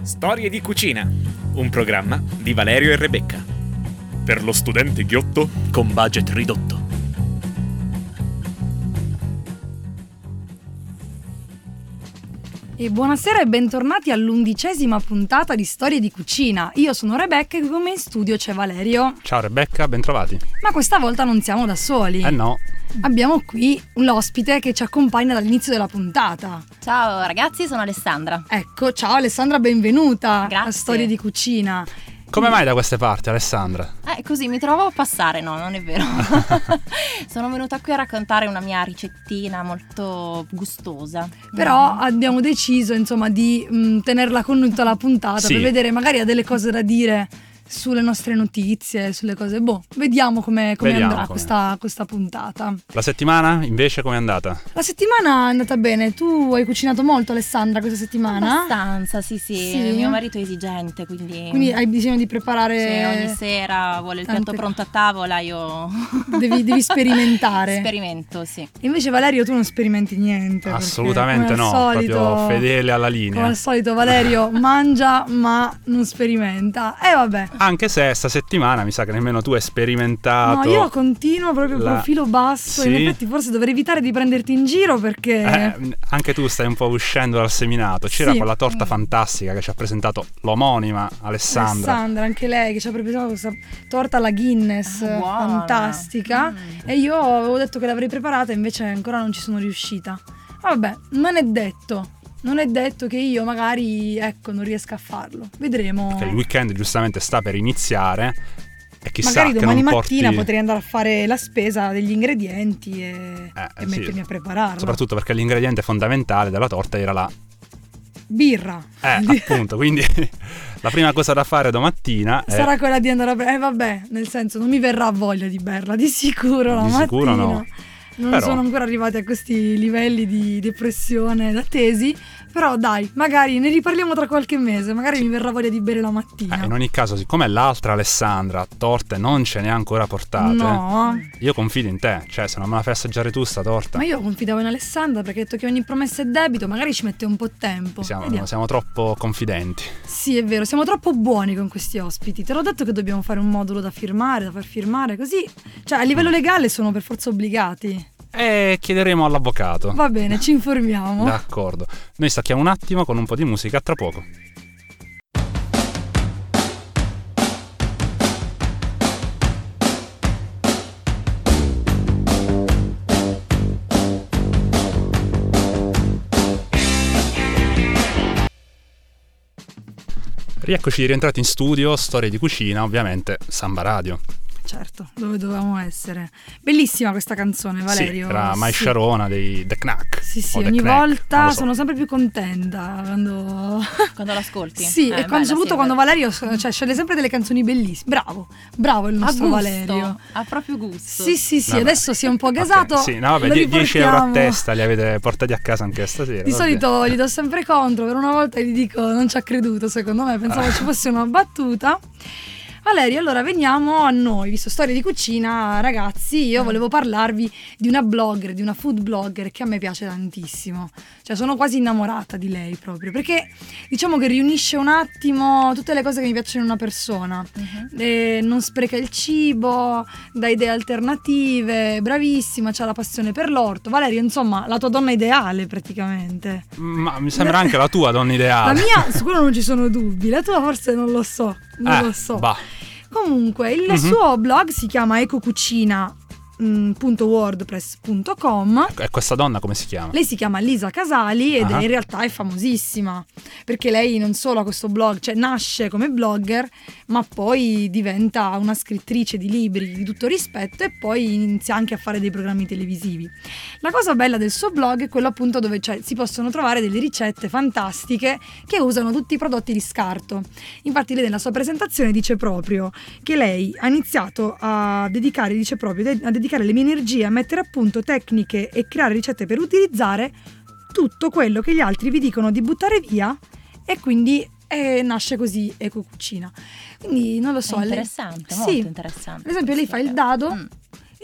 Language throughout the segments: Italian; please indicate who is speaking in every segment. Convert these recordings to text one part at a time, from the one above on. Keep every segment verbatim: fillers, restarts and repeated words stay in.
Speaker 1: Storie di cucina, un programma di Valerio e Rebecca. Per lo studente ghiotto con budget ridotto.
Speaker 2: E buonasera e bentornati all'undicesima puntata di Storie di Cucina. Io sono Rebecca e con me in studio c'è Valerio.
Speaker 3: Ciao Rebecca, bentrovati.
Speaker 2: Ma questa volta non siamo da soli.
Speaker 3: Eh no.
Speaker 2: Abbiamo qui l'ospite che ci accompagna dall'inizio della puntata.
Speaker 4: Ciao ragazzi, sono Alessandra.
Speaker 2: Ecco, ciao Alessandra, benvenuta
Speaker 4: Grazie.
Speaker 2: a Storie di Cucina.
Speaker 3: Come mai da queste parti, Alessandra?
Speaker 4: Eh, così mi trovavo a passare, no, non è vero. Sono venuta qui a raccontare una mia ricettina molto gustosa.
Speaker 2: Però
Speaker 4: Mm.
Speaker 2: abbiamo deciso, insomma, di mh, tenerla con tutta la puntata,
Speaker 3: Sì.
Speaker 2: per vedere, magari ha delle cose da dire sulle nostre notizie, sulle cose. Boh, vediamo come, come
Speaker 3: Vediamo
Speaker 2: andrà
Speaker 3: come.
Speaker 2: questa, questa puntata.
Speaker 3: La settimana invece com'è andata?
Speaker 2: La settimana è andata bene. Tu hai cucinato molto, Alessandra, questa settimana?
Speaker 4: Abbastanza, sì, sì,
Speaker 2: Sì.
Speaker 4: Mio marito è esigente, quindi...
Speaker 2: Quindi hai bisogno di
Speaker 4: Sì,
Speaker 2: preparare.
Speaker 4: ogni sera vuole il piatto
Speaker 2: tante-
Speaker 4: pronto a tavola, io...
Speaker 2: Devi, devi sperimentare.
Speaker 4: Sperimento, sì.
Speaker 2: Invece Valerio tu non sperimenti niente. perché,
Speaker 3: Assolutamente
Speaker 2: come al
Speaker 3: no,
Speaker 2: solito,
Speaker 3: proprio fedele alla
Speaker 2: Come
Speaker 3: linea.
Speaker 2: al solito Valerio mangia ma non sperimenta. E vabbè.
Speaker 3: Anche se sta settimana mi sa che nemmeno tu hai sperimentato.
Speaker 2: No, io continuo proprio
Speaker 3: la-
Speaker 2: profilo basso.
Speaker 3: Sì?
Speaker 2: In effetti forse dovrei evitare di prenderti in giro perché
Speaker 3: Eh, anche tu stai un po' uscendo dal seminato. C'era
Speaker 2: Sì.
Speaker 3: quella torta fantastica che ci ha presentato l'omonima Alessandra.
Speaker 2: Alessandra, anche lei che ci ha preparato questa torta alla Guinness
Speaker 4: Ah, buona.
Speaker 2: fantastica.
Speaker 4: Mm.
Speaker 2: E io avevo detto che l'avrei preparata, invece ancora non ci sono riuscita. Vabbè, non è detto. Non è detto che io magari, ecco, non riesca a farlo. Vedremo.
Speaker 3: Che il weekend giustamente sta per iniziare. E chissà
Speaker 2: Magari
Speaker 3: che
Speaker 2: domani
Speaker 3: non
Speaker 2: mattina
Speaker 3: porti...
Speaker 2: potrei andare a fare la spesa degli ingredienti e,
Speaker 3: Eh,
Speaker 2: e
Speaker 3: sì.
Speaker 2: mettermi a prepararla.
Speaker 3: Soprattutto perché l'ingrediente fondamentale della torta era la
Speaker 2: Birra.
Speaker 3: Eh, appunto, quindi la prima cosa da fare domattina è...
Speaker 2: Sarà quella di andare a prendere. Eh vabbè, nel senso non mi verrà voglia di berla, di sicuro la
Speaker 3: Di
Speaker 2: mattina.
Speaker 3: sicuro no.
Speaker 2: Non
Speaker 3: Però-
Speaker 2: sono ancora arrivati a questi livelli di depressione da tesi. Però dai, magari ne riparliamo tra qualche mese. Magari mi verrà voglia di bere la mattina.
Speaker 3: Eh, in ogni caso, siccome l'altra Alessandra torte non ce ne ha ancora portate,
Speaker 2: No,
Speaker 3: io confido in te. Cioè, se non me la fai assaggiare tu sta torta,
Speaker 2: ma io confidavo in Alessandra perché ha detto che ogni promessa è debito. Magari ci mette un po' tempo.
Speaker 3: siamo,
Speaker 2: Vediamo.
Speaker 3: siamo troppo confidenti.
Speaker 2: Sì, è vero, siamo troppo buoni con questi ospiti. Te l'ho detto che dobbiamo fare un modulo da firmare, da far firmare, così. Cioè, a livello legale sono per forza obbligati.
Speaker 3: E chiederemo all'avvocato.
Speaker 2: Va bene, ci informiamo.
Speaker 3: D'accordo. Noi stacchiamo un attimo con un po' di musica, tra poco. Rieccoci rientrati in studio, Storie di Cucina, ovviamente Samba Radio.
Speaker 2: Certo, dove dovevamo essere. Bellissima questa canzone, Valerio.
Speaker 3: Sì, era Mai
Speaker 2: Sì.
Speaker 3: Sharona dei The Knack.
Speaker 2: Sì, sì,
Speaker 3: o The
Speaker 2: ogni
Speaker 3: Knack, non
Speaker 2: volta
Speaker 3: lo so.
Speaker 2: sono sempre più contenta quando...
Speaker 4: Quando l'ascolti?
Speaker 2: Sì,
Speaker 4: Eh,
Speaker 2: e quando,
Speaker 4: bella,
Speaker 2: soprattutto
Speaker 4: sì,
Speaker 2: quando
Speaker 4: bella.
Speaker 2: Valerio cioè, sceglie sempre delle canzoni bellissime. Bravo, bravo il
Speaker 4: Ha
Speaker 2: nostro
Speaker 4: gusto,
Speaker 2: Valerio.
Speaker 4: ha proprio gusto.
Speaker 2: Sì, sì, sì,
Speaker 3: Vabbè.
Speaker 2: adesso si è un po' gasato.
Speaker 3: Ok, sì, no, vabbè,
Speaker 2: lo
Speaker 3: die- dieci euro a
Speaker 2: riportiamo.
Speaker 3: testa li avete portati a casa anche stasera.
Speaker 2: Di
Speaker 3: va
Speaker 2: solito gli do sempre contro, per una volta gli dico non ci ha creduto, secondo me, pensavo ci fosse una battuta. Valerio, allora veniamo a noi, visto Storie di Cucina, ragazzi, io volevo parlarvi di una blogger, di una food blogger che a me piace tantissimo, cioè sono quasi innamorata di lei proprio, perché diciamo che riunisce un attimo tutte le cose che mi piacciono in una persona.
Speaker 4: Mhm.
Speaker 2: Eh, non spreca il cibo, dà idee alternative, bravissima, c'ha la passione per l'orto. Valerio, insomma, la tua donna ideale praticamente.
Speaker 3: Ma mi sembra anche la tua donna
Speaker 2: La
Speaker 3: ideale.
Speaker 2: mia, sicuro non ci sono dubbi, la tua forse non lo so, non
Speaker 3: Eh,
Speaker 2: lo so.
Speaker 3: bah.
Speaker 2: Comunque, il
Speaker 3: Mhm.
Speaker 2: suo blog si chiama ecocucina punto wordpress punto com.
Speaker 3: E questa donna come si chiama?
Speaker 2: Lei si chiama Lisa Casali ed
Speaker 3: Ah.
Speaker 2: è, in realtà è famosissima perché lei non solo ha questo blog, cioè nasce come blogger, ma poi diventa una scrittrice di libri di tutto rispetto e poi inizia anche a fare dei programmi televisivi. La cosa bella del suo blog è quello appunto dove cioè, si possono trovare delle ricette fantastiche che usano tutti i prodotti di scarto. Infatti lei nella sua presentazione dice proprio che lei ha iniziato a dedicare, dice proprio, de- a dedicare le mie energie a mettere a punto tecniche e creare ricette per utilizzare tutto quello che gli altri vi dicono di buttare via e quindi eh, nasce così Ecocucina. Quindi non lo so.
Speaker 4: È
Speaker 2: lei-
Speaker 4: interessante,
Speaker 2: Sì.
Speaker 4: molto interessante.
Speaker 2: Ad esempio lei
Speaker 4: Sì,
Speaker 2: fa il
Speaker 4: ok.
Speaker 2: dado
Speaker 4: Mm.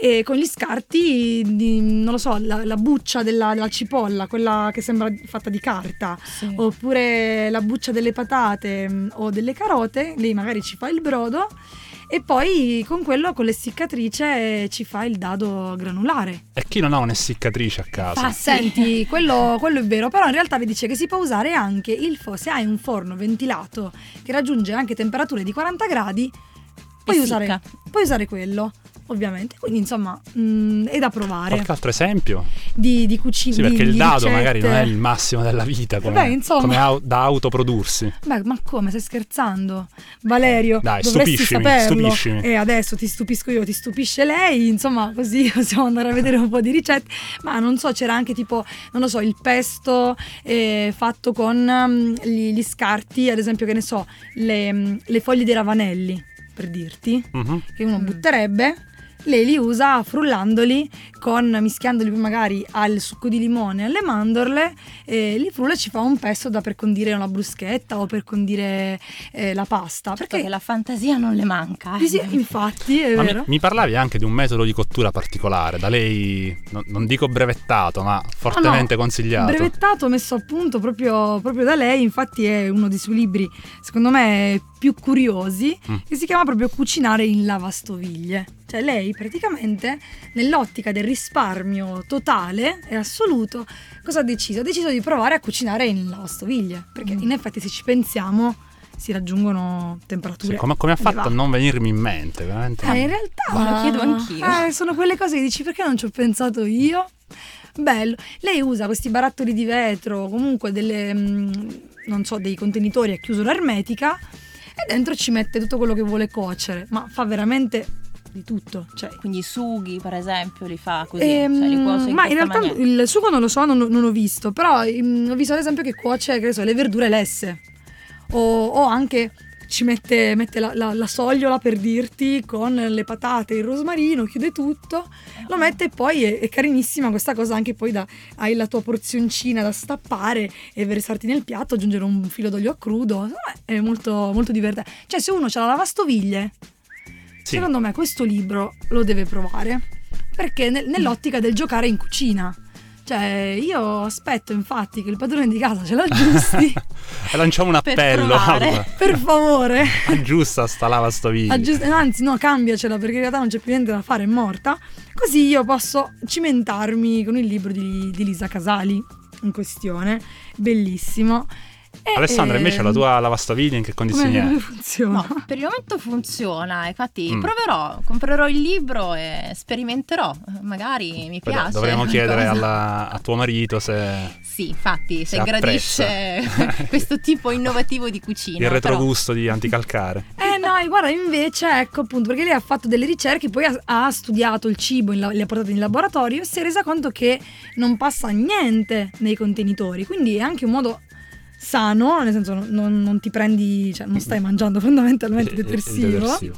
Speaker 2: e con gli scarti di, non lo so, la, la buccia della, della cipolla, quella che sembra fatta di carta,
Speaker 4: Sì.
Speaker 2: oppure la buccia delle patate mh, o delle carote, lì magari ci fa il brodo e poi con quello, con l'essiccatrice, ci fa il dado granulare.
Speaker 3: E chi non ha un'essiccatrice a casa?
Speaker 2: Ah, senti, quello, quello è vero, però in realtà vi dice che si può usare anche il forno, se hai un forno ventilato che raggiunge anche temperature di quaranta gradi, puoi usare,
Speaker 4: Essicca.
Speaker 2: puoi usare quello, ovviamente, quindi insomma mh, è da provare.
Speaker 3: Qualche altro esempio?
Speaker 2: Di, di cucina.
Speaker 3: Sì, perché
Speaker 2: di,
Speaker 3: il
Speaker 2: di
Speaker 3: dado
Speaker 2: ricette.
Speaker 3: magari non è il massimo della vita come,
Speaker 2: Beh, insomma.
Speaker 3: come au- da autoprodursi.
Speaker 2: Beh, ma come, stai scherzando? Valerio,
Speaker 3: Dai,
Speaker 2: dovresti
Speaker 3: stupiscimi,
Speaker 2: saperlo.
Speaker 3: stupiscimi.
Speaker 2: E adesso ti stupisco io, ti stupisce lei, insomma, così possiamo andare a vedere un po' di ricette. Ma non so, c'era anche tipo, non lo so, il pesto eh, fatto con um, gli, gli scarti, ad esempio, che ne so, le, um, le foglie dei ravanelli, per dirti,
Speaker 3: Mhm.
Speaker 2: che uno butterebbe. Lei li usa frullandoli, con, mischiandoli poi magari al succo di limone e alle mandorle, e li frulla e ci fa un pesto da per condire una bruschetta o per condire eh, la pasta.
Speaker 4: Perché
Speaker 2: Perché
Speaker 4: la fantasia non le manca.
Speaker 2: sì, sì,
Speaker 4: eh.
Speaker 2: infatti, è
Speaker 3: Ma mi,
Speaker 2: vero.
Speaker 3: mi parlavi anche di un metodo di cottura particolare, da lei, no- non dico brevettato, ma fortemente
Speaker 2: Ah, no,
Speaker 3: consigliato.
Speaker 2: brevettato, messo a punto proprio, proprio da lei, infatti è uno dei suoi libri, secondo me, più curiosi,
Speaker 3: Mm.
Speaker 2: che si chiama proprio Cucinare in lavastoviglie. Cioè lei praticamente, nell'ottica del risparmio totale e assoluto, cosa ha deciso? Ha deciso di provare a cucinare in lavastoviglie, perché in effetti se ci pensiamo si raggiungono temperature
Speaker 3: Sì, come, come ha fatto a
Speaker 2: elevate.
Speaker 3: non venirmi in mente? Veramente.
Speaker 2: Eh, in realtà
Speaker 4: Me lo chiedo anch'io.
Speaker 2: eh, sono quelle cose che dici perché non ci ho pensato io. Bello. Lei usa questi barattoli di vetro, comunque delle mh, non so, dei contenitori a chiusura ermetica, e dentro ci mette tutto quello che vuole cuocere, ma fa veramente di tutto, cioè
Speaker 4: Quindi i sughi, per esempio, li fa così.
Speaker 2: Ehm,
Speaker 4: cioè, li cuoce in
Speaker 2: ma in
Speaker 4: questa
Speaker 2: realtà
Speaker 4: maniera.
Speaker 2: il sugo non lo so, non, non ho visto, però mm, ho visto ad esempio che cuoce, che ne so, le verdure lesse, o, o anche ci mette, mette la, la, la sogliola, per dirti, con le patate, il rosmarino, chiude tutto, lo mette, e poi è, è carinissima questa cosa, anche poi da, hai la tua porzioncina da stappare e versarti nel piatto, aggiungere un filo d'olio a crudo, è molto, molto divertente. Cioè se uno c'ha la lavastoviglie,
Speaker 3: Sì.
Speaker 2: secondo me questo libro lo deve provare, perché nel- nell'ottica del giocare in cucina. Cioè io aspetto infatti che il padrone di casa ce l'aggiusti,
Speaker 3: E lanciamo un
Speaker 4: Per
Speaker 3: appello.
Speaker 4: provare.
Speaker 3: Allora,
Speaker 2: per favore.
Speaker 3: aggiusta sta lavastoviglie.
Speaker 2: Aggiust- anzi no, cambiacela, perché in realtà non c'è più niente da fare, è morta. Così io posso cimentarmi con il libro di, di Lisa Casali in questione, bellissimo. E,
Speaker 3: Alessandra, invece
Speaker 2: ehm,
Speaker 3: la tua lavastoviglie in che condizioni
Speaker 2: come, come
Speaker 3: è?
Speaker 2: funziona?
Speaker 4: No, per il momento funziona, infatti
Speaker 3: Mm.
Speaker 4: proverò, comprerò il libro e sperimenterò, magari mi
Speaker 3: Poi
Speaker 4: piace.
Speaker 3: dovremo
Speaker 4: una
Speaker 3: chiedere
Speaker 4: cosa.
Speaker 3: alla- a tuo marito se
Speaker 4: Sì, infatti, se,
Speaker 3: se
Speaker 4: gradisce questo tipo innovativo di cucina.
Speaker 3: il
Speaker 4: però-
Speaker 3: retrogusto di anticalcare.
Speaker 2: Eh no, e guarda, invece, ecco appunto, perché lei ha fatto delle ricerche, poi ha, ha studiato il cibo, in la- le ha portate in laboratorio e si è resa conto che non passa niente nei contenitori, quindi è anche un modo sano, nel senso non, non- non ti prendi, cioè non stai mangiando fondamentalmente
Speaker 3: Il- il- il
Speaker 2: detersivo,
Speaker 3: detersivo.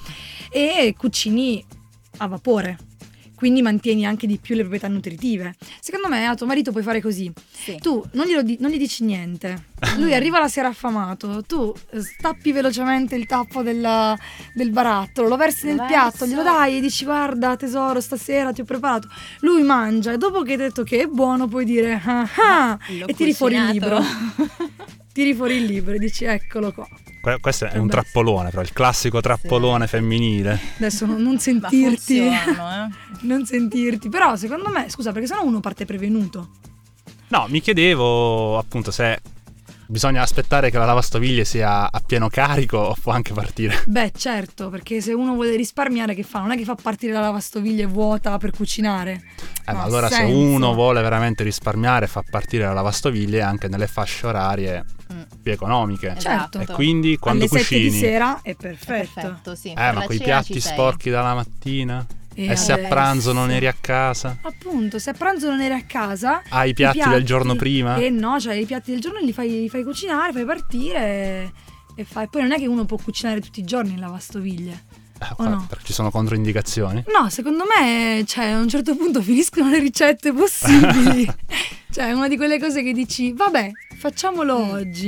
Speaker 2: e cucini a vapore, quindi mantieni anche di più le proprietà nutritive. Secondo me a tuo marito puoi fare così:
Speaker 4: Sì.
Speaker 2: tu non, glielo di- non gli dici niente, lui arriva la sera affamato, tu stappi velocemente il tappo della- del barattolo, lo versi
Speaker 4: Lo
Speaker 2: nel
Speaker 4: verso.
Speaker 2: piatto, glielo dai e dici guarda tesoro, stasera ti ho preparato, lui mangia e dopo che hai detto che è buono puoi dire ah ah,
Speaker 4: L'ho
Speaker 2: e tiri fuori il
Speaker 4: cucinato.
Speaker 2: libro tiri fuori il libro e dici eccolo qua.
Speaker 3: Que- Questo è un
Speaker 2: Vabbè,
Speaker 3: trappolone, però il classico trappolone femminile.
Speaker 2: Adesso non, non
Speaker 4: Ma
Speaker 2: sentirti
Speaker 4: funzionano, eh.
Speaker 2: non sentirti, però secondo me, scusa, perché sennò uno parte prevenuto.
Speaker 3: No, mi chiedevo appunto se bisogna aspettare che la lavastoviglie sia a pieno carico o può anche partire.
Speaker 2: Beh, certo, perché se uno vuole risparmiare, che fa? Non è che fa partire la lavastoviglie vuota per cucinare.
Speaker 3: Eh,
Speaker 2: No,
Speaker 3: ma
Speaker 2: ha
Speaker 3: allora se
Speaker 2: senso.
Speaker 3: uno vuole veramente risparmiare, fa partire la lavastoviglie anche nelle fasce orarie
Speaker 4: Mm.
Speaker 3: più economiche.
Speaker 2: Certo.
Speaker 3: E quindi quando
Speaker 2: alle sette di
Speaker 3: cucini,
Speaker 2: sera è
Speaker 4: È
Speaker 2: perfetto.
Speaker 4: perfetto, sì.
Speaker 3: eh,
Speaker 4: Per
Speaker 3: ma
Speaker 4: la
Speaker 3: quei
Speaker 4: cena
Speaker 3: piatti
Speaker 4: ci sei.
Speaker 3: sporchi dalla mattina
Speaker 2: E
Speaker 3: e, se a
Speaker 2: adesso-
Speaker 3: pranzo non eri a casa,
Speaker 2: Appunto, se a pranzo non eri a casa,
Speaker 3: hai i piatti, del giorno prima.
Speaker 2: Eh no, cioè i piatti del giorno li fai, li fai cucinare, fai partire e, e fai. Poi non è che uno può cucinare tutti i giorni in lavastoviglie.
Speaker 3: Eh,
Speaker 2: o no?
Speaker 3: perché ci sono controindicazioni.
Speaker 2: No, secondo me, cioè, a un certo punto finiscono le ricette possibili. Cioè, è una di quelle cose che dici, vabbè, facciamolo oggi.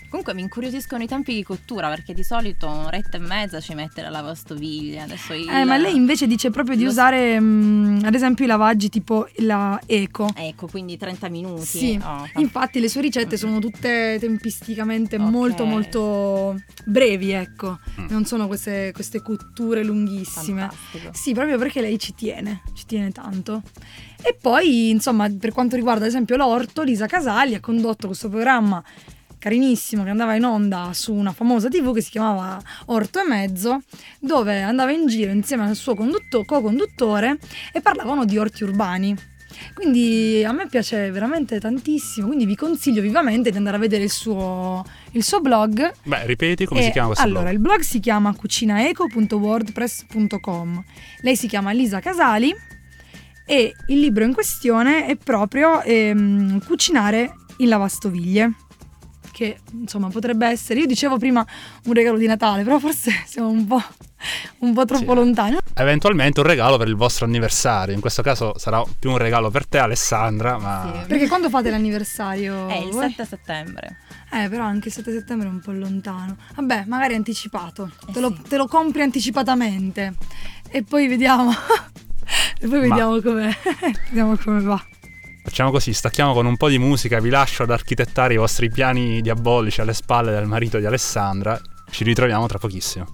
Speaker 4: Comunque mi incuriosiscono i tempi di cottura, perché di solito un'oretta e mezza ci mette la lavastoviglie. Adesso il...
Speaker 2: Eh, ma lei invece dice proprio di
Speaker 4: lo-
Speaker 2: usare mh, ad esempio i lavaggi tipo la Eco.
Speaker 4: Ecco, quindi trenta minuti.
Speaker 2: Sì,
Speaker 4: Oh,
Speaker 2: infatti le sue ricette sono tutte tempisticamente
Speaker 4: Ok.
Speaker 2: molto molto brevi, ecco.
Speaker 3: Mm.
Speaker 2: Non sono queste, queste cotture lunghissime.
Speaker 4: fantastico.
Speaker 2: Sì, proprio perché lei ci tiene, ci tiene tanto. E poi, insomma, per quanto riguarda ad esempio l'orto, Lisa Casali ha condotto questo programma carinissimo che andava in onda su una famosa tivù che si chiamava Orto e Mezzo, dove andava in giro insieme al suo condutto- co-conduttore e parlavano di orti urbani. Quindi a me piace veramente tantissimo, quindi vi consiglio vivamente di andare a vedere il suo, il suo blog.
Speaker 3: Beh, ripeti come
Speaker 2: E
Speaker 3: si chiama questo
Speaker 2: allora,
Speaker 3: blog?
Speaker 2: il blog si chiama cucinaeco punto wordpress punto com. Lei si chiama Lisa Casali e il libro in questione è proprio ehm, Cucinare in lavastoviglie, che insomma potrebbe essere, io dicevo prima un regalo di Natale, però forse siamo un po', un po' troppo
Speaker 3: Sì.
Speaker 2: lontani.
Speaker 3: Eventualmente un regalo per il vostro anniversario. In questo caso sarà più un regalo per te, Alessandra, ma
Speaker 4: Sì.
Speaker 2: Perché quando fate l'anniversario?
Speaker 4: È il
Speaker 2: voi?
Speaker 4: sette settembre.
Speaker 2: Eh, però anche il sette settembre è un po' lontano. Vabbè, magari anticipato.
Speaker 4: Eh
Speaker 2: te, lo,
Speaker 4: sì.
Speaker 2: te lo compri anticipatamente. E poi vediamo. e poi
Speaker 3: Ma-
Speaker 2: vediamo come vediamo come va.
Speaker 3: facciamo così, stacchiamo con un po' di musica, vi lascio ad architettare i vostri piani diabolici alle spalle del marito di Alessandra. Ci ritroviamo tra pochissimo.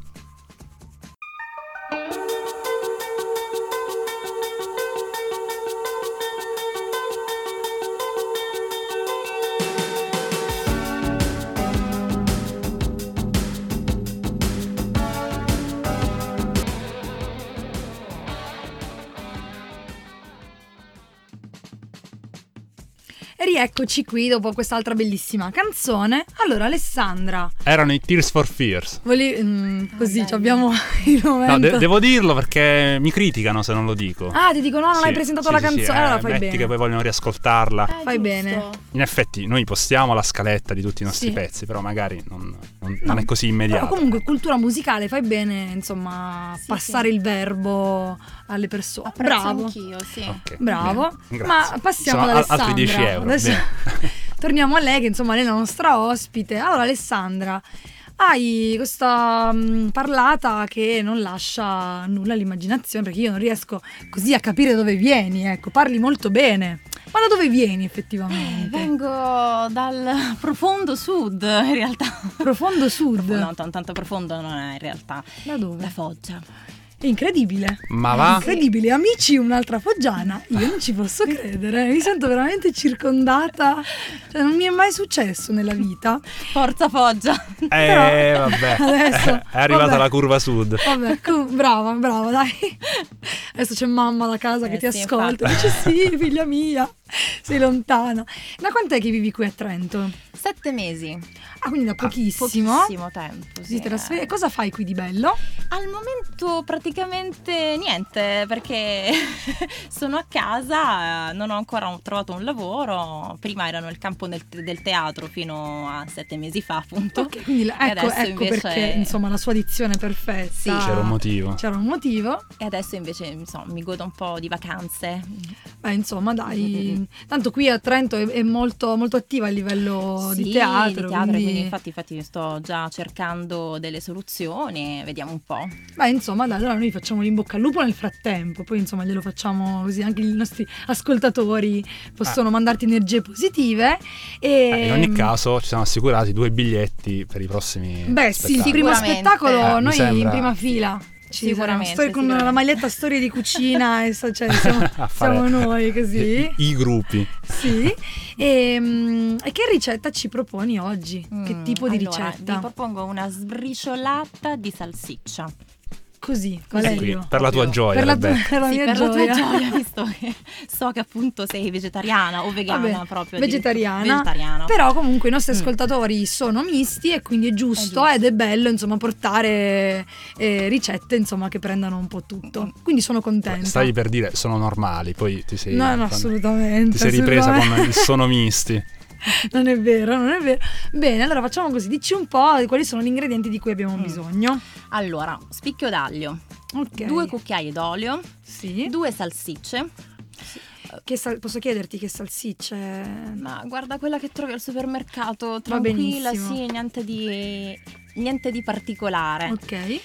Speaker 2: E rieccoci qui dopo quest'altra bellissima canzone. Allora, Alessandra,
Speaker 3: Erano i Tears for Fears.
Speaker 2: voli- mm, così
Speaker 4: bello.
Speaker 2: ci abbiamo il momento.
Speaker 3: No, de- devo dirlo perché mi criticano se non lo dico.
Speaker 2: Ah, ti dico no, non
Speaker 3: Sì,
Speaker 2: hai presentato
Speaker 3: sì,
Speaker 2: la
Speaker 3: sì, sì,
Speaker 2: canzone.
Speaker 3: eh,
Speaker 2: Allora fai
Speaker 3: metti
Speaker 2: bene.
Speaker 3: che poi vogliono riascoltarla.
Speaker 4: Eh,
Speaker 2: Fai
Speaker 4: giusto.
Speaker 2: bene.
Speaker 3: In effetti noi postiamo la scaletta di tutti i nostri
Speaker 2: Sì.
Speaker 3: pezzi, però magari non, non-
Speaker 2: No,
Speaker 3: non è così
Speaker 2: Però
Speaker 3: immediato.
Speaker 2: comunque cultura musicale, fai bene, insomma,
Speaker 4: Sì,
Speaker 2: passare il verbo alle persone.
Speaker 4: Apprezzo
Speaker 2: Bravo.
Speaker 4: anch'io, sì.
Speaker 3: Ok,
Speaker 2: Bravo,
Speaker 3: bene,
Speaker 2: ma
Speaker 3: grazie.
Speaker 2: passiamo
Speaker 3: Sono
Speaker 2: ad
Speaker 3: al-
Speaker 2: Alessandra.
Speaker 3: altri dieci euro.
Speaker 2: Adesso
Speaker 3: bene.
Speaker 2: torniamo a lei, che insomma lei è la nostra ospite. Allora, Alessandra, hai questa mh, parlata che non lascia nulla all'immaginazione, perché io non riesco così a capire dove vieni, ecco, parli molto bene. Ma da dove vieni
Speaker 4: Eh,
Speaker 2: effettivamente?
Speaker 4: vengo dal profondo sud, in realtà.
Speaker 2: Profondo sud.
Speaker 4: No, tan- tanto profondo non è in realtà.
Speaker 2: Da dove?
Speaker 4: Da Foggia.
Speaker 2: È incredibile.
Speaker 3: Ma va?
Speaker 2: Incredibile, amici, un'altra foggiana. Io non ci posso credere, mi sento veramente circondata. Cioè, non mi è mai successo nella vita.
Speaker 4: Forza Foggia.
Speaker 3: Eh,
Speaker 2: Però-
Speaker 3: vabbè.
Speaker 2: Adesso,
Speaker 3: è arrivata
Speaker 2: vabbè.
Speaker 3: la curva sud.
Speaker 2: Vabbè, co- brava, brava, dai. Adesso c'è mamma da casa che
Speaker 4: Eh,
Speaker 2: ti
Speaker 4: sì,
Speaker 2: ascolta e dice sì, figlia mia, sei lontana. Da quant'è che vivi qui a Trento?
Speaker 4: Sette mesi.
Speaker 2: Ah, quindi da pochissimo.
Speaker 4: Pochissimo tempo.
Speaker 2: Sì,
Speaker 4: Sì,
Speaker 2: te la svegli-
Speaker 4: eh.
Speaker 2: Cosa fai qui di bello?
Speaker 4: Al momento praticamente niente, perché sono a casa, non ho ancora trovato un lavoro. Prima ero nel campo del, del teatro fino a sette mesi fa, appunto.
Speaker 2: Ok, quindi la-
Speaker 4: E
Speaker 2: ecco,
Speaker 4: adesso
Speaker 2: ecco
Speaker 4: invece-
Speaker 2: perché insomma la sua dizione è perfetta.
Speaker 4: Sì.
Speaker 3: C'era un motivo.
Speaker 2: C'era un motivo.
Speaker 4: E adesso invece insomma, mi godo un po' di vacanze.
Speaker 2: Beh, insomma, dai. Tanto qui a Trento è, è molto, molto attiva a livello
Speaker 4: Sì,
Speaker 2: di teatro.
Speaker 4: di teatro,
Speaker 2: quindi-
Speaker 4: quindi infatti, infatti sto già cercando delle soluzioni, vediamo un po'.
Speaker 2: Beh, insomma, dai, allora noi facciamo l'in bocca al lupo nel frattempo. Poi, insomma, glielo facciamo così anche i nostri ascoltatori possono mandarti energie positive. E
Speaker 3: Eh, in ogni caso ci siamo assicurati due biglietti per i prossimi
Speaker 2: Beh, sì, il
Speaker 3: spettacoli.
Speaker 2: primo
Speaker 4: Sicuramente.
Speaker 2: spettacolo
Speaker 3: Eh, mi
Speaker 2: noi
Speaker 3: sembra-
Speaker 2: in prima fila. Ci
Speaker 4: Sicuramente,
Speaker 2: saremo. Sto con
Speaker 4: sicuramente.
Speaker 2: la maglietta storie di cucina e so- cioè, siamo,
Speaker 3: A fare
Speaker 2: siamo noi così.
Speaker 3: I, i gruppi.
Speaker 2: Sì. E, mm, e che ricetta ci proponi oggi? Che
Speaker 4: Mm,
Speaker 2: tipo di
Speaker 4: allora,
Speaker 2: ricetta?
Speaker 4: Vi propongo una sbriciolata di salsiccia.
Speaker 2: Così,
Speaker 3: Ecco
Speaker 2: Valerio.
Speaker 3: qui, per la tua gioia,
Speaker 2: Per la, tua,
Speaker 3: Rebecca.
Speaker 2: per la
Speaker 4: Sì,
Speaker 2: mia
Speaker 4: per
Speaker 2: gioia.
Speaker 4: la tua gioia, visto che so che appunto sei vegetariana o vegana
Speaker 2: Vabbè,
Speaker 4: proprio.
Speaker 2: vegetariana,
Speaker 4: addirittura. Vegetariana.
Speaker 2: però comunque i nostri
Speaker 4: Mm.
Speaker 2: ascoltatori sono misti e quindi è giusto,
Speaker 4: È giusto.
Speaker 2: ed è bello insomma portare eh, ricette insomma che prendano un po' tutto, quindi sono contenta.
Speaker 3: Stavi per dire sono normali, poi ti sei,
Speaker 2: no, no,
Speaker 3: quando-
Speaker 2: assolutamente.
Speaker 3: ti sei ripresa
Speaker 2: assolutamente.
Speaker 3: con il sono misti.
Speaker 2: Non è vero, non è vero. Bene, allora facciamo così, dici un po' di quali sono gli ingredienti di cui abbiamo
Speaker 4: Mm.
Speaker 2: bisogno.
Speaker 4: Allora, spicchio d'aglio,
Speaker 2: Ok.
Speaker 4: due cucchiai d'olio,
Speaker 2: Sì.
Speaker 4: due salsicce,
Speaker 2: Che sal- posso chiederti che salsicce?
Speaker 4: Ma guarda quella che trovi al supermercato,
Speaker 2: Va
Speaker 4: tranquilla,
Speaker 2: benissimo.
Speaker 4: sì, niente di, niente di particolare.
Speaker 2: Ok.
Speaker 4: Eh,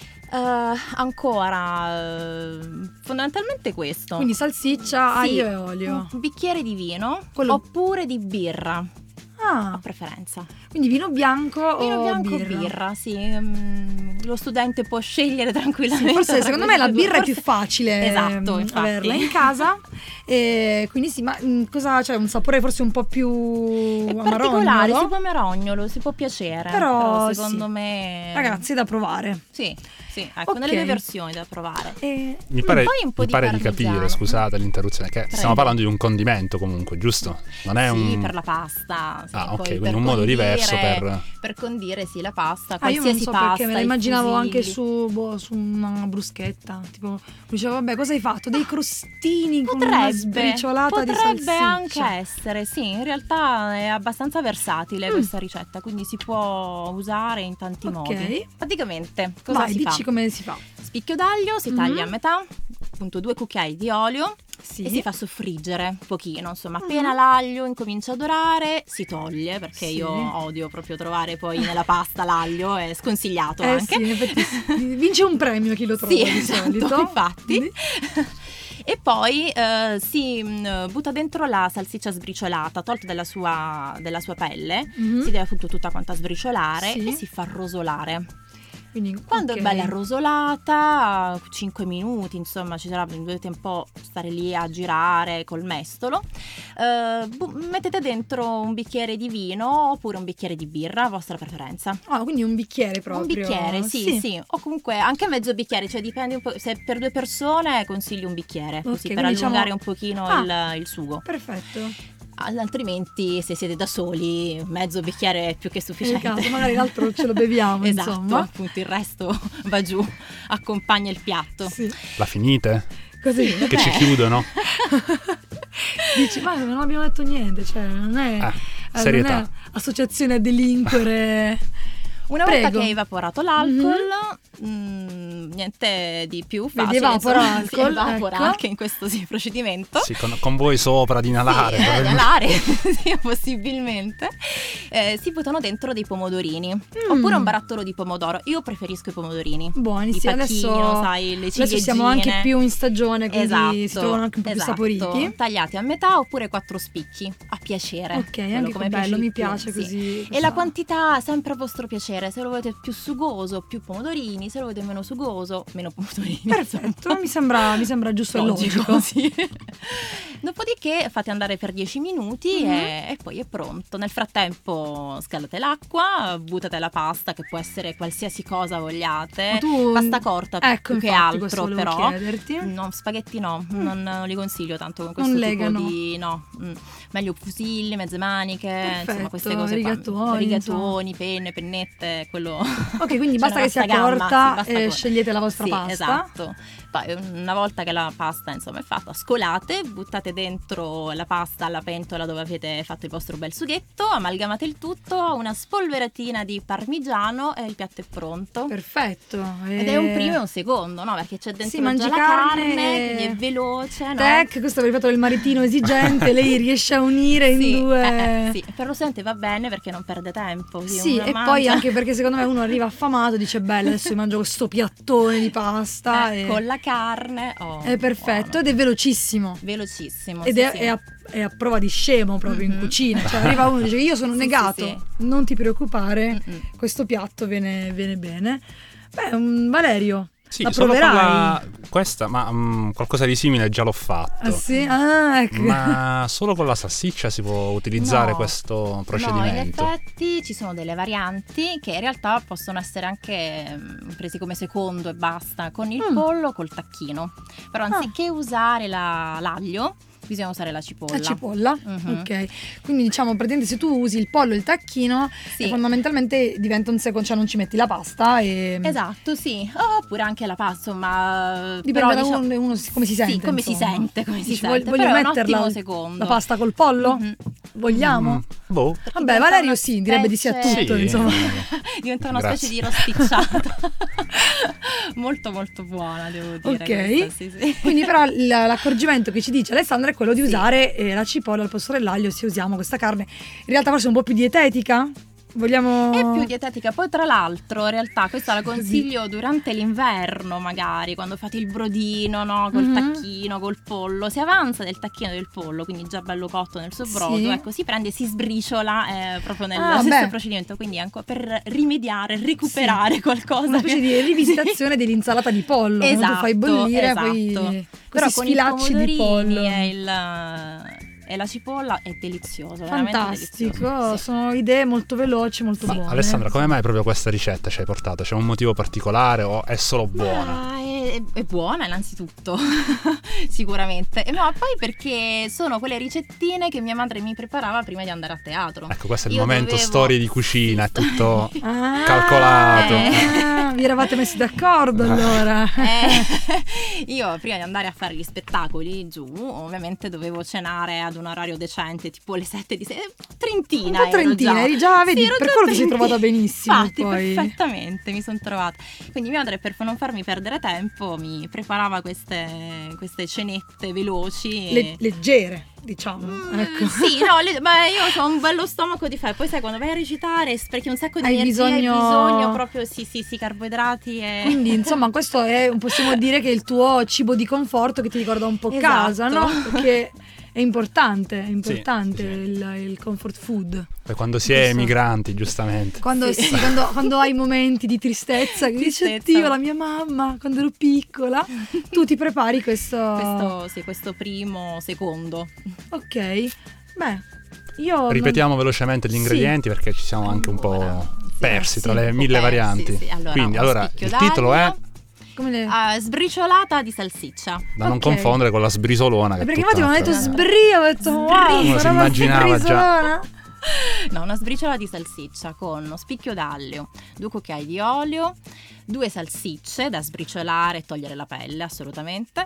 Speaker 4: ancora, eh, fondamentalmente questo.
Speaker 2: Quindi salsiccia,
Speaker 4: Sì,
Speaker 2: aglio e olio.
Speaker 4: un bicchiere di vino
Speaker 2: Quello-
Speaker 4: oppure di birra, a
Speaker 2: Ah,
Speaker 4: preferenza.
Speaker 2: quindi vino bianco
Speaker 4: Vino
Speaker 2: o
Speaker 4: bianco o
Speaker 2: birra?
Speaker 4: birra, sì. mm, lo studente può scegliere tranquillamente.
Speaker 2: Forse
Speaker 4: tra
Speaker 2: secondo me la
Speaker 4: queste due.
Speaker 2: birra è più
Speaker 4: Forse-
Speaker 2: facile
Speaker 4: Esatto,
Speaker 2: ehm,
Speaker 4: infatti.
Speaker 2: averla in casa. E quindi sì, ma mm, cosa c'è? Un sapore forse un po' più
Speaker 4: È particolare,
Speaker 2: amarognolo?
Speaker 4: si può amarognolo, si può piacere.
Speaker 2: Però,
Speaker 4: Però, secondo
Speaker 2: sì.
Speaker 4: me.
Speaker 2: Ragazzi, è da provare.
Speaker 4: Sì, sì, ecco,
Speaker 2: Ok.
Speaker 4: nelle due versioni da provare.
Speaker 2: E...
Speaker 3: Mi pare,
Speaker 4: Poi un po'
Speaker 3: mi
Speaker 4: di
Speaker 3: pare di
Speaker 4: parmigiano.
Speaker 3: capire, scusate l'interruzione, che
Speaker 4: Prego.
Speaker 3: stiamo parlando di un condimento comunque, giusto? Non è
Speaker 4: Sì,
Speaker 3: un...
Speaker 4: per la pasta. Sì,
Speaker 3: Ah,
Speaker 4: poi
Speaker 3: ok,
Speaker 4: per
Speaker 3: quindi un modo
Speaker 4: condire-
Speaker 3: diverso per...
Speaker 4: Per condire, sì, la pasta,
Speaker 2: Ah, io non
Speaker 4: qualsiasi
Speaker 2: so
Speaker 4: pasta.
Speaker 2: perché me la
Speaker 4: i
Speaker 2: immaginavo anche
Speaker 4: fusilli.
Speaker 2: su, boh, su una bruschetta. Tipo, dicevo, vabbè, cosa hai fatto? Dei crostini con una
Speaker 4: Potrebbe,
Speaker 2: sbriciolata di
Speaker 4: potrebbe
Speaker 2: salsiccia.
Speaker 4: anche essere, sì, in realtà è abbastanza versatile
Speaker 2: Mm.
Speaker 4: questa ricetta, quindi si può usare in tanti
Speaker 2: Ok.
Speaker 4: modi. Praticamente, cosa
Speaker 2: Vai,
Speaker 4: si
Speaker 2: dici
Speaker 4: fa?
Speaker 2: come si fa.
Speaker 4: Spicchio d'aglio si
Speaker 2: Mhm.
Speaker 4: taglia a metà, appunto due cucchiai di olio
Speaker 2: Sì.
Speaker 4: e si fa soffriggere un pochino, insomma,
Speaker 2: Mhm.
Speaker 4: appena l'aglio incomincia a dorare si toglie, perché
Speaker 2: Sì.
Speaker 4: io odio proprio trovare poi nella pasta l'aglio, è sconsigliato
Speaker 2: Eh
Speaker 4: anche.
Speaker 2: sì, in effetti sì. Vince un premio chi lo trova
Speaker 4: Sì,
Speaker 2: di
Speaker 4: esatto,
Speaker 2: solito.
Speaker 4: infatti.
Speaker 2: Quindi-
Speaker 4: E poi eh, si mh, butta dentro la salsiccia sbriciolata, tolta dalla sua, della sua pelle,
Speaker 2: Mhm.
Speaker 4: si deve appunto tutta quanta sbriciolare
Speaker 2: Sì.
Speaker 4: e si fa rosolare.
Speaker 2: Quindi,
Speaker 4: Quando
Speaker 2: ok.
Speaker 4: è bella rosolata, cinque minuti, insomma, ci sarà, dovete un po' stare lì a girare col mestolo. Eh, bu- mettete dentro un bicchiere di vino oppure un bicchiere di birra, a vostra preferenza.
Speaker 2: Ah, quindi un bicchiere proprio.
Speaker 4: Un bicchiere, sì, sì, o comunque anche mezzo bicchiere, cioè dipende un po'. Se per due persone consiglio un bicchiere, così
Speaker 2: Ok,
Speaker 4: per
Speaker 2: quindi
Speaker 4: allungare
Speaker 2: diciamo-
Speaker 4: un pochino
Speaker 2: Ah.
Speaker 4: il, il sugo.
Speaker 2: Perfetto.
Speaker 4: Altrimenti, se siete da soli, mezzo bicchiere è più che
Speaker 2: Nel
Speaker 4: sufficiente.
Speaker 2: caso, magari l'altro ce lo beviamo,
Speaker 4: Esatto,
Speaker 2: insomma.
Speaker 4: appunto il resto va giù, accompagna il piatto.
Speaker 2: Sì.
Speaker 3: La finite?
Speaker 2: Così.
Speaker 4: Sì.
Speaker 3: Che ci
Speaker 4: Beh.
Speaker 3: chiudono?
Speaker 2: Dici, ma non abbiamo detto niente, cioè non è,
Speaker 3: Ah,
Speaker 2: eh,
Speaker 3: serietà.
Speaker 2: non è associazione a delinquere.
Speaker 4: Una
Speaker 2: Prego.
Speaker 4: volta che hai evaporato l'alcol, mm, niente di più
Speaker 2: Vedi,
Speaker 4: facile.
Speaker 2: evapora
Speaker 4: insomma,
Speaker 2: l'alcol,
Speaker 4: si evapora
Speaker 2: ecco.
Speaker 4: anche in questo sì, procedimento.
Speaker 3: Sì, con, con voi sopra ad inalare.
Speaker 4: Sì, eh,
Speaker 3: probabilmente.
Speaker 4: inalare, sì, possibilmente. Eh, si buttano dentro dei pomodorini oppure un barattolo di pomodoro. Io preferisco i pomodorini.
Speaker 2: Buoni,
Speaker 4: Di
Speaker 2: sì,
Speaker 4: pacchino,
Speaker 2: adesso,
Speaker 4: sai, le
Speaker 2: adesso siamo
Speaker 4: ciliegine.
Speaker 2: anche più in stagione, quindi
Speaker 4: Esatto,
Speaker 2: si trovano anche un po'
Speaker 4: esatto.
Speaker 2: più saporiti.
Speaker 4: Tagliati a metà oppure quattro spicchi, a piacere.
Speaker 2: Ok,
Speaker 4: Quello
Speaker 2: anche
Speaker 4: come
Speaker 2: bello,
Speaker 4: piace
Speaker 2: mi
Speaker 4: di più,
Speaker 2: piace
Speaker 4: sì.
Speaker 2: così.
Speaker 4: E
Speaker 2: questa-
Speaker 4: la quantità sempre a vostro piacere, se lo volete più sugoso, più pomodorini, se lo volete meno sugoso, meno pomodorini.
Speaker 2: Perfetto,
Speaker 4: insomma.
Speaker 2: mi sembra, mi sembra giusto e logico.
Speaker 4: sì. Dopodiché fate andare per dieci minuti
Speaker 2: Mhm.
Speaker 4: e, e poi è pronto. Nel frattempo scaldate l'acqua, buttate la pasta che può essere qualsiasi cosa vogliate.
Speaker 2: Ma tu-
Speaker 4: Pasta corta
Speaker 2: Ecco,
Speaker 4: più che
Speaker 2: infatti, questo
Speaker 4: altro
Speaker 2: volevo
Speaker 4: però.
Speaker 2: chiederti.
Speaker 4: No, spaghetti no,
Speaker 2: Mm.
Speaker 4: non, non li consiglio tanto con
Speaker 2: Non
Speaker 4: questo
Speaker 2: legano.
Speaker 4: tipo di no. mm. Meglio fusilli, mezze maniche,
Speaker 2: Perfetto,
Speaker 4: insomma queste cose
Speaker 2: rigatoni,
Speaker 4: qua. Rigatoni, penne, pennette, quello.
Speaker 2: Ok, quindi
Speaker 4: c'è
Speaker 2: basta
Speaker 4: una
Speaker 2: che sia
Speaker 4: vasta gamma,
Speaker 2: corta
Speaker 4: sì, basta
Speaker 2: e
Speaker 4: corta.
Speaker 2: scegliete la vostra
Speaker 4: Sì,
Speaker 2: pasta.
Speaker 4: esatto. Poi una volta che la pasta insomma è fatta, scolate, buttate dentro la pasta alla pentola dove avete fatto il vostro bel sughetto, amalgamate il tutto, una spolveratina di parmigiano e il piatto è pronto.
Speaker 2: Perfetto.
Speaker 4: Ed è un primo e un secondo, no? Perché c'è dentro
Speaker 2: Sì, mangi
Speaker 4: già la
Speaker 2: carne
Speaker 4: carne,
Speaker 2: e-
Speaker 4: quindi è veloce, no?
Speaker 2: Tac, questo per il fatto del maritino esigente, lei riesce a unire in
Speaker 4: Sì,
Speaker 2: due.
Speaker 4: eh, eh, sì, per lo studente va bene perché non perde tempo. Sì,
Speaker 2: Sì,
Speaker 4: uno
Speaker 2: e
Speaker 4: mangia-
Speaker 2: poi anche perché secondo me uno arriva affamato e dice bello, adesso mi mangio questo piattone di pasta.
Speaker 4: eh,
Speaker 2: e...
Speaker 4: con la carne. Oh,
Speaker 2: È perfetto
Speaker 4: buono.
Speaker 2: ed è velocissimo.
Speaker 4: Velocissimo.
Speaker 2: Ed
Speaker 4: sì,
Speaker 2: è,
Speaker 4: sì.
Speaker 2: è a, è a prova di scemo proprio in
Speaker 4: Mhm.
Speaker 2: cucina. Cioè arriva uno e dice io sono
Speaker 4: Sì,
Speaker 2: negato,
Speaker 4: sì,
Speaker 2: non ti preoccupare,
Speaker 4: Mm-mm.
Speaker 2: questo piatto viene, viene bene. Beh, un Valerio,
Speaker 3: Sì,
Speaker 2: la
Speaker 3: solo
Speaker 2: proverai?
Speaker 3: quella, questa, ma mm, qualcosa di simile già l'ho fatto.
Speaker 2: Ah sì? Ah, ecco.
Speaker 3: Ma solo con la salsiccia si può utilizzare
Speaker 4: No.
Speaker 3: questo procedimento.
Speaker 4: No, in effetti ci sono delle varianti che in realtà possono essere anche mm, presi come secondo e basta con il
Speaker 2: Mm.
Speaker 4: pollo, col tacchino. Però
Speaker 2: Ah.
Speaker 4: anziché usare la- l'aglio, bisogna usare la cipolla.
Speaker 2: La cipolla,
Speaker 4: Mhm.
Speaker 2: ok. Quindi diciamo, praticamente se tu usi il pollo e il tacchino,
Speaker 4: Sì.
Speaker 2: eh, fondamentalmente diventa un secondo, cioè non ci metti la pasta e...
Speaker 4: Esatto, sì. Oppure anche la pasta, insomma.
Speaker 2: Dipende
Speaker 4: però,
Speaker 2: da
Speaker 4: diciamo-
Speaker 2: uno, uno come si sente.
Speaker 4: Sì, come si
Speaker 2: insomma.
Speaker 4: sente, come si
Speaker 2: Dici,
Speaker 4: sente.
Speaker 2: voglio, voglio
Speaker 4: Però è un
Speaker 2: metterla
Speaker 4: ottimo secondo.
Speaker 2: la pasta col pollo?
Speaker 4: Mhm.
Speaker 2: Vogliamo?
Speaker 3: Mm, boh.
Speaker 2: Vabbè,
Speaker 4: Diventa
Speaker 2: Valerio
Speaker 4: una
Speaker 2: sì, direbbe di sì a
Speaker 4: specie-
Speaker 2: tutto,
Speaker 3: Sì.
Speaker 2: insomma.
Speaker 4: Diventa una
Speaker 3: Grazie.
Speaker 4: specie di rosticciata. Molto molto buona, devo dire.
Speaker 2: Ok.
Speaker 4: questa, sì, sì.
Speaker 2: Quindi però l- l'accorgimento che ci dice Alessandra è quello di
Speaker 4: Sì.
Speaker 2: usare eh, la cipolla al posto dell'aglio se usiamo questa carne. In realtà forse è un po' più dietetica. Vogliamo...
Speaker 4: È più dietetica, poi tra l'altro in realtà questa la consiglio durante l'inverno magari, quando fate il brodino, no? Col
Speaker 2: Mhm.
Speaker 4: tacchino, col pollo, si avanza del tacchino del pollo, quindi già bello cotto nel suo brodo,
Speaker 2: Sì.
Speaker 4: ecco, si prende e si sbriciola eh, proprio nel
Speaker 2: Ah,
Speaker 4: stesso
Speaker 2: beh.
Speaker 4: procedimento, quindi anche per rimediare, recuperare qualcosa.
Speaker 2: una specie
Speaker 4: che-
Speaker 2: di rivisitazione dell'insalata di pollo. Quando tu fai bollire,
Speaker 4: esatto.
Speaker 2: poi
Speaker 4: Però
Speaker 2: questi
Speaker 4: con i
Speaker 2: sfilacci di
Speaker 4: pomodorini
Speaker 2: pollo.
Speaker 4: e il e la cipolla è delizioso, veramente
Speaker 2: Fantastico,
Speaker 4: delizioso. Sì.
Speaker 2: sono idee molto veloci, molto
Speaker 3: Ma
Speaker 2: buone.
Speaker 3: Alessandra, come mai proprio questa ricetta ci hai portato? C'è un motivo particolare o è solo buona?
Speaker 4: Ma è, è buona innanzitutto, sicuramente. E ma poi perché sono quelle ricettine che mia madre mi preparava prima di andare a teatro.
Speaker 3: Ecco, questo è il
Speaker 4: Io
Speaker 3: momento
Speaker 4: dovevo-
Speaker 3: storie di cucina, è tutto
Speaker 2: Ah,
Speaker 3: calcolato.
Speaker 2: ah, vi eravate messi d'accordo allora.
Speaker 4: Eh, io prima di andare a fare gli spettacoli giù, ovviamente dovevo cenare ad un orario decente, tipo le sette di sera. Trentina.
Speaker 2: Un po' trentina,
Speaker 4: ero già.
Speaker 2: eri già, vedi,
Speaker 4: Sì, ero
Speaker 2: per
Speaker 4: già
Speaker 2: quello ti sei
Speaker 4: trentina.
Speaker 2: trovata benissimo.
Speaker 4: Infatti,
Speaker 2: poi.
Speaker 4: perfettamente, mi sono trovata. Quindi mia madre, per non farmi perdere tempo, mi preparava queste, queste cenette veloci.
Speaker 2: Le- leggere, diciamo.
Speaker 4: Mm,
Speaker 2: ecco.
Speaker 4: Sì, no, le- beh, io ho un bello stomaco di ferro. Poi sai, quando vai a recitare sprechi un sacco di
Speaker 2: Hai
Speaker 4: energia, hai
Speaker 2: bisogno-
Speaker 4: bisogno proprio, sì, sì, sì, carboidrati e...
Speaker 2: Quindi insomma questo è, possiamo dire che è il tuo cibo di conforto che ti ricorda un po'
Speaker 4: Esatto.
Speaker 2: casa, no? Perché è importante, è importante
Speaker 3: sì.
Speaker 2: Il, il comfort food.
Speaker 3: Poi quando si è
Speaker 2: Questo-
Speaker 3: emigranti, giustamente.
Speaker 2: Quando,
Speaker 4: Sì.
Speaker 2: sì, quando, quando hai momenti di tristezza, che dici
Speaker 4: Tristezza.
Speaker 2: oddio la mia mamma quando ero piccola, tu ti prepari questo...
Speaker 4: Questo, sì, questo primo, secondo.
Speaker 2: Ok, beh, io... non-
Speaker 3: Ripetiamo velocemente gli
Speaker 2: Sì.
Speaker 3: ingredienti perché ci siamo anche un
Speaker 4: Allora,
Speaker 3: po'
Speaker 4: sì,
Speaker 3: persi
Speaker 2: sì,
Speaker 3: tra
Speaker 2: un
Speaker 3: le
Speaker 4: po'
Speaker 3: mille
Speaker 4: persi,
Speaker 3: varianti.
Speaker 4: sì. Allora,
Speaker 3: Quindi,
Speaker 4: uno
Speaker 3: allora,
Speaker 4: spicchio
Speaker 3: il titolo è
Speaker 4: d'aglio,
Speaker 2: Come le...
Speaker 4: ah, sbriciolata di salsiccia.
Speaker 3: da non
Speaker 2: ok.
Speaker 3: confondere con la sbrisolona. Che è
Speaker 2: Perché
Speaker 3: tutta
Speaker 2: infatti mi hanno detto
Speaker 3: un'altra-
Speaker 2: sbrio, ho detto wow,
Speaker 3: Uno si
Speaker 2: sarà una
Speaker 3: immaginava già.
Speaker 2: sbrisolona.
Speaker 4: No, una sbriciola di salsiccia con uno spicchio d'aglio, due cucchiai di olio, due salsicce da sbriciolare e togliere la pelle, assolutamente,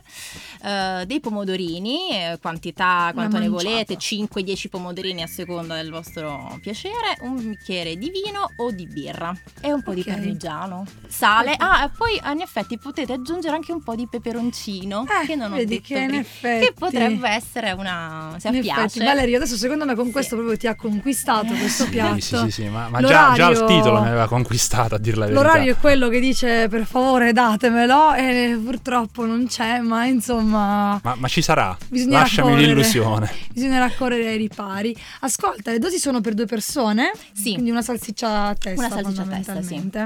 Speaker 4: eh, dei pomodorini, eh, quantità quanto ne
Speaker 2: manciata.
Speaker 4: volete, cinque dieci pomodorini a seconda del vostro piacere, un bicchiere di vino o di birra e un po'
Speaker 2: Ok.
Speaker 4: di parmigiano, sale. Ah, e poi in effetti potete aggiungere anche un po' di peperoncino,
Speaker 2: Eh,
Speaker 4: che non ho
Speaker 2: vedi
Speaker 4: detto
Speaker 2: che in
Speaker 4: prima,
Speaker 2: effetti-
Speaker 4: che potrebbe essere una, se
Speaker 2: In
Speaker 4: piace.
Speaker 2: effetti, Valerio, adesso secondo me con
Speaker 4: Sì.
Speaker 2: questo proprio ti ha conquistato questo
Speaker 3: Sì,
Speaker 2: piatto.
Speaker 3: sì, sì, sì, ma, ma già, già il
Speaker 2: L'orario-
Speaker 3: titolo mi aveva conquistato, a dir la verità.
Speaker 2: L'orario è quello che dice per favore datemelo e purtroppo non c'è, ma insomma
Speaker 3: Ma, ma ci sarà,
Speaker 2: bisognerà
Speaker 3: lasciami
Speaker 2: correre.
Speaker 3: l'illusione.
Speaker 2: Bisognerà correre ai ripari. Ascolta, le dosi sono per due persone?
Speaker 4: Sì.
Speaker 2: Quindi una salsiccia a testa
Speaker 4: Una salsiccia a testa, sì.
Speaker 2: fondamentalmente.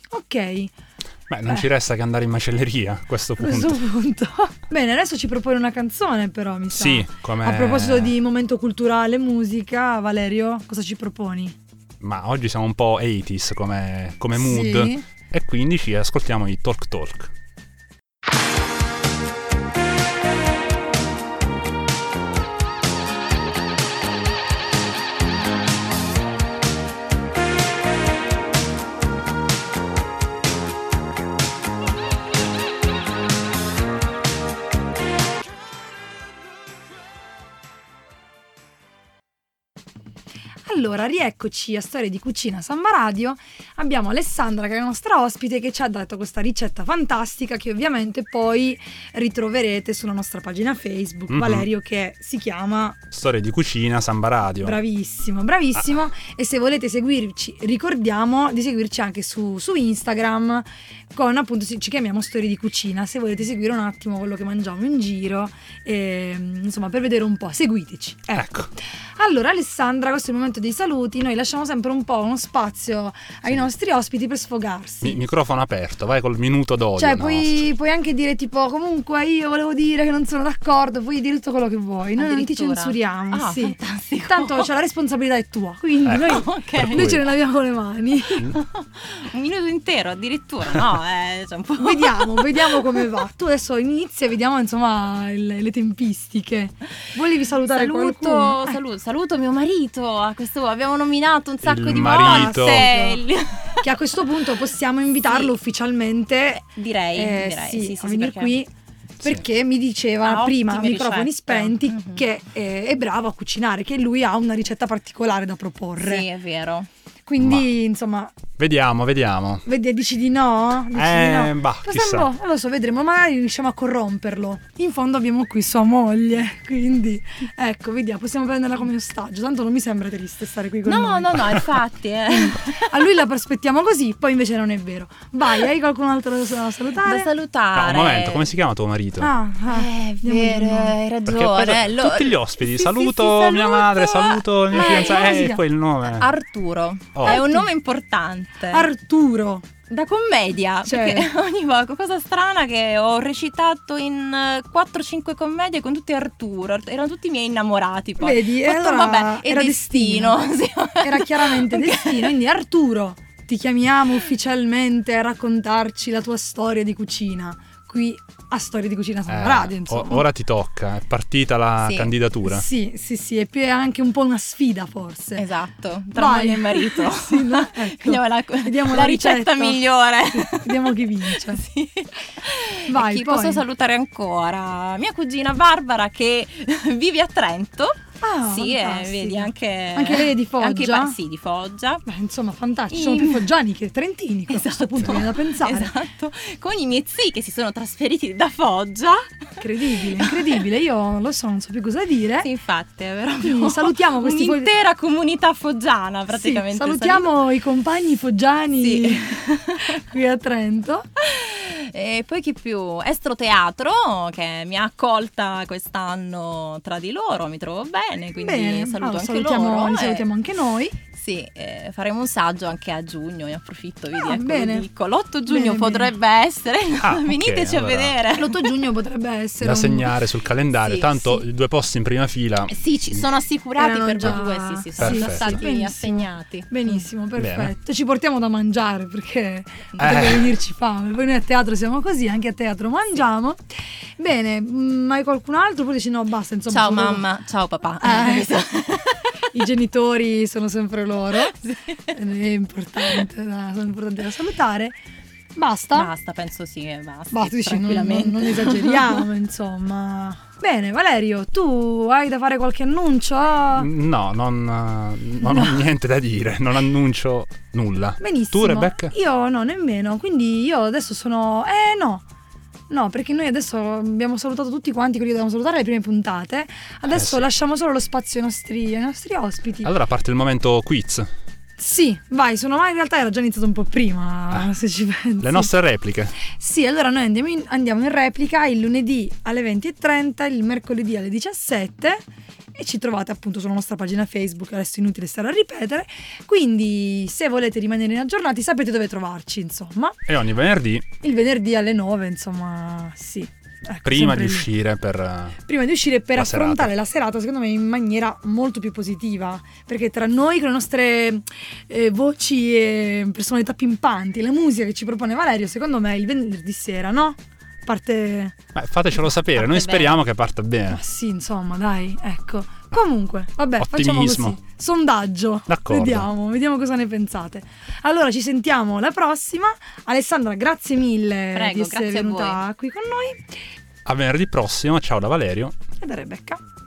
Speaker 2: Ok,
Speaker 3: Beh, non
Speaker 2: Eh.
Speaker 3: ci resta che andare in macelleria a questo
Speaker 2: a
Speaker 3: punto.
Speaker 2: questo punto. Bene, adesso ci propone una canzone però, mi sa.
Speaker 3: Sì, come...
Speaker 2: A proposito di momento culturale, musica, Valerio, cosa ci proponi?
Speaker 3: Ma oggi siamo un po' ottanta come, come mood
Speaker 2: Sì.
Speaker 3: e quindi ci ascoltiamo i Talk Talk.
Speaker 2: Allora, rieccoci a Storie di Cucina Samba Radio. Abbiamo Alessandra che è la nostra ospite che ci ha dato questa ricetta fantastica che ovviamente poi ritroverete sulla nostra pagina Facebook,
Speaker 3: Mhm.
Speaker 2: Valerio, che si chiama
Speaker 3: Storie di cucina, Samba Radio.
Speaker 2: Bravissimo, bravissimo.
Speaker 3: Ah.
Speaker 2: E se volete seguirci, ricordiamo di seguirci anche su, su Instagram con appunto ci ci chiamiamo Storie di Cucina. Se volete seguire un attimo quello che mangiamo in giro, e, insomma, per vedere un po', seguiteci. Ecco.
Speaker 3: Ecco.
Speaker 2: Allora Alessandra, questo è il momento dei saluti. Noi lasciamo sempre un po' uno spazio ai
Speaker 3: Sì.
Speaker 2: nostri ospiti per sfogarsi.
Speaker 3: Mi- microfono aperto, vai col minuto d'odio.
Speaker 2: Cioè,
Speaker 3: nostro.
Speaker 2: puoi, puoi anche dire tipo, comunque io volevo dire che non sono d'accordo, puoi dire tutto quello che vuoi, noi non ti
Speaker 4: Addirittura?
Speaker 2: censuriamo,
Speaker 4: Ah,
Speaker 2: sì.
Speaker 4: fantastico.
Speaker 2: Tanto cioè, la responsabilità è tua, quindi
Speaker 3: Ecco,
Speaker 2: noi,
Speaker 4: ok.
Speaker 3: per
Speaker 2: noi
Speaker 3: cui-
Speaker 2: ce ne laviamo con le mani.
Speaker 4: Un minuto intero addirittura, no? Eh, cioè un po'...
Speaker 2: Vediamo, vediamo come va. Tu adesso inizi e vediamo insomma il- le tempistiche. Volevi salutare
Speaker 4: Saluto,
Speaker 2: qualcuno? Eh,
Speaker 4: saluto, saluto mio marito. A questo abbiamo nominato un sacco
Speaker 3: Il
Speaker 4: di
Speaker 3: marito.
Speaker 4: volte. Il-
Speaker 2: che a questo punto possiamo invitarlo
Speaker 4: Sì.
Speaker 2: ufficialmente
Speaker 4: Direi,
Speaker 2: eh,
Speaker 4: direi.
Speaker 2: sì,
Speaker 4: Sì, sì,
Speaker 2: a
Speaker 4: sì,
Speaker 2: venire
Speaker 4: perché-
Speaker 2: qui perché mi diceva
Speaker 4: Ah,
Speaker 2: prima, a
Speaker 4: ottime
Speaker 2: microfoni
Speaker 4: ricette.
Speaker 2: spenti,
Speaker 4: Mhm.
Speaker 2: che è, è bravo a cucinare, che lui ha una ricetta particolare da proporre.
Speaker 4: Sì, è vero.
Speaker 2: Quindi, insomma,
Speaker 3: Vediamo, vediamo.
Speaker 2: vedi, dici di no? Dici
Speaker 3: Eh,
Speaker 2: di no?
Speaker 3: bah,
Speaker 2: Cosa
Speaker 3: chissà.
Speaker 2: boh, non lo so, vedremo, magari riusciamo a corromperlo. In fondo abbiamo qui sua moglie, quindi ecco, vediamo, possiamo prenderla come ostaggio, tanto non mi sembra triste stare qui con
Speaker 4: No,
Speaker 2: noi.
Speaker 4: no, no, infatti. Eh.
Speaker 2: A lui la prospettiamo così, poi invece non è vero. Vai, hai qualcun altro da salutare?
Speaker 4: Da salutare.
Speaker 3: No, un momento, come si chiama tuo marito?
Speaker 2: Ah, ah,
Speaker 4: Eh, è
Speaker 2: andiamo di
Speaker 4: vero,
Speaker 2: nuovo.
Speaker 4: hai
Speaker 3: Perché
Speaker 4: ragione.
Speaker 3: poi
Speaker 4: Lo-
Speaker 3: tutti gli ospiti,
Speaker 4: Sì, sì,
Speaker 3: saluto
Speaker 4: sì,
Speaker 3: mia
Speaker 4: saluto.
Speaker 3: madre, saluto il mio
Speaker 2: Ma
Speaker 3: fidanzato,
Speaker 2: come si
Speaker 3: e
Speaker 2: chiama?
Speaker 3: poi il nome.
Speaker 4: Arturo.
Speaker 3: Oh.
Speaker 4: È un nome importante.
Speaker 2: Arturo.
Speaker 4: Da commedia,
Speaker 2: Cioè.
Speaker 4: perché ogni volta, cosa strana che ho recitato in eh, quattro cinque commedie con tutti Arturo, erano tutti i miei innamorati poi.
Speaker 2: Vedi,
Speaker 4: Ho detto,
Speaker 2: allora
Speaker 4: vabbè, è
Speaker 2: era
Speaker 4: destino.
Speaker 2: destino.
Speaker 4: Sì.
Speaker 2: Era chiaramente
Speaker 4: Ok.
Speaker 2: destino, quindi Arturo, ti chiamiamo ufficialmente a raccontarci la tua storia di cucina. Qui a Storia di Cucina Santa
Speaker 3: Eh,
Speaker 2: Radio,
Speaker 3: o-
Speaker 2: insomma.
Speaker 3: ora ti tocca, è partita la
Speaker 4: Sì.
Speaker 3: candidatura.
Speaker 2: Sì, sì, sì, e più è anche un po' una sfida forse.
Speaker 4: Esatto, tra
Speaker 2: Vai.
Speaker 4: moglie e marito.
Speaker 2: Sì, no? Ecco.
Speaker 4: Vediamo la,
Speaker 2: Vediamo
Speaker 4: la
Speaker 2: la
Speaker 4: ricetta,
Speaker 2: ricetta.
Speaker 4: migliore.
Speaker 2: Vediamo chi vince.
Speaker 4: Sì.
Speaker 2: Vai,
Speaker 4: E chi
Speaker 2: poi.
Speaker 4: posso salutare ancora? Mia cugina Barbara che vive a Trento.
Speaker 2: Ah,
Speaker 4: sì, eh,
Speaker 2: fantastico.
Speaker 4: vedi anche
Speaker 2: Anche lei è di Foggia?
Speaker 4: Anche, pa- sì, di Foggia.
Speaker 2: Beh, insomma, fantastici, sono
Speaker 4: In-
Speaker 2: più foggiani che trentini, a questo punto viene da pensare.
Speaker 4: Esatto, con i miei zii che si sono trasferiti da Foggia.
Speaker 2: Incredibile, incredibile, io non lo so, non so più cosa dire.
Speaker 4: Sì, infatti, è vero.
Speaker 2: Quindi salutiamo questi fo-
Speaker 4: un'intera comunità foggiana praticamente.
Speaker 2: Sì, salutiamo i compagni foggiani
Speaker 4: Sì.
Speaker 2: qui a Trento.
Speaker 4: E poi chi più? Estro Teatro che mi ha accolta quest'anno tra di loro, mi trovo bene, quindi
Speaker 2: Bene,
Speaker 4: saluto
Speaker 2: allora,
Speaker 4: anche
Speaker 2: salutiamo,
Speaker 4: loro.
Speaker 2: li
Speaker 4: e-
Speaker 2: salutiamo anche noi.
Speaker 4: Sì, eh, faremo un saggio anche a giugno, ne approfitto, vedi,
Speaker 2: Ah,
Speaker 4: ecco,
Speaker 2: bene.
Speaker 4: lo dico. L'otto giugno
Speaker 2: Bene,
Speaker 4: potrebbe essere,
Speaker 3: Ah, ok,
Speaker 4: veniteci
Speaker 3: allora.
Speaker 4: a vedere.
Speaker 2: L'otto giugno potrebbe essere
Speaker 3: Da
Speaker 2: un-
Speaker 3: segnare sul calendario,
Speaker 4: Sì,
Speaker 3: tanto
Speaker 4: sì.
Speaker 3: i due posti in prima fila.
Speaker 4: Eh, Sì, ci sono assicurati
Speaker 2: Erano
Speaker 4: per
Speaker 2: già-
Speaker 4: voi due, sì, sì, sono già
Speaker 3: Perfetto.
Speaker 4: stati
Speaker 2: Benissimo.
Speaker 4: assegnati.
Speaker 2: Benissimo,
Speaker 3: Bene.
Speaker 2: perfetto. Ci portiamo da mangiare perché potrebbe
Speaker 3: Eh.
Speaker 2: venirci fame. Poi noi a teatro siamo così, anche a teatro mangiamo. Bene, mm, hai qualcun altro? Poi dici no, basta, insomma.
Speaker 4: Ciao
Speaker 2: solo-
Speaker 4: mamma, ciao papà.
Speaker 2: Eh, I genitori sono sempre loro. È importante da, sono importanti da salutare. Basta?
Speaker 4: Basta, penso sì che basta.
Speaker 2: Basta, dici, non,
Speaker 4: tranquillamente.
Speaker 2: non- non esageriamo, insomma. Bene, Valerio, tu hai da fare qualche annuncio?
Speaker 3: No, non, eh, non ho niente da dire, non annuncio nulla.
Speaker 2: Benissimo.
Speaker 3: Tu, Rebecca?
Speaker 2: Io no, nemmeno. Quindi io adesso sono... Eh no. No, perché noi adesso abbiamo salutato tutti quanti quelli che dovevamo salutare le prime puntate. Adesso
Speaker 3: Eh, sì.
Speaker 2: lasciamo solo lo spazio ai nostri, ai nostri ospiti.
Speaker 3: Allora parte il momento quiz,
Speaker 2: Sì, vai, sono ma in realtà era già iniziato un po' prima, se ci pensi.
Speaker 3: le nostre repliche.
Speaker 2: Sì, allora noi andiamo in, andiamo in replica il lunedì alle venti e trenta, il mercoledì alle diciassette e ci trovate appunto sulla nostra pagina Facebook, adesso è inutile stare a ripetere, quindi se volete rimanere aggiornati sapete dove trovarci, insomma.
Speaker 3: E ogni venerdì,
Speaker 2: Il venerdì alle nove, insomma, sì. Ecco,
Speaker 3: prima
Speaker 2: sempre
Speaker 3: di
Speaker 2: lì.
Speaker 3: uscire per... eh,
Speaker 2: Prima di uscire per
Speaker 3: la
Speaker 2: affrontare
Speaker 3: serata.
Speaker 2: la serata, secondo me, in maniera molto più positiva. Perché tra noi, con le nostre eh, voci e personalità pimpanti, la musica che ci propone Valerio, secondo me, il venerdì sera, no? Parte...
Speaker 3: beh, fatecelo sapere,
Speaker 4: Parte
Speaker 3: noi
Speaker 4: bene.
Speaker 3: speriamo che parta
Speaker 2: Ma
Speaker 3: bene.
Speaker 2: sì, insomma, dai, ecco. Comunque, vabbè, facciamo
Speaker 3: Ottimismo.
Speaker 2: così. Sondaggio.
Speaker 3: D'accordo.
Speaker 2: Vediamo, vediamo cosa ne pensate. Allora, ci sentiamo la prossima. Alessandra, grazie mille
Speaker 4: Prego,
Speaker 2: di essere
Speaker 4: grazie a
Speaker 2: venuta qui con noi.
Speaker 3: A venerdì prossimo, ciao da Valerio.
Speaker 2: E da Rebecca.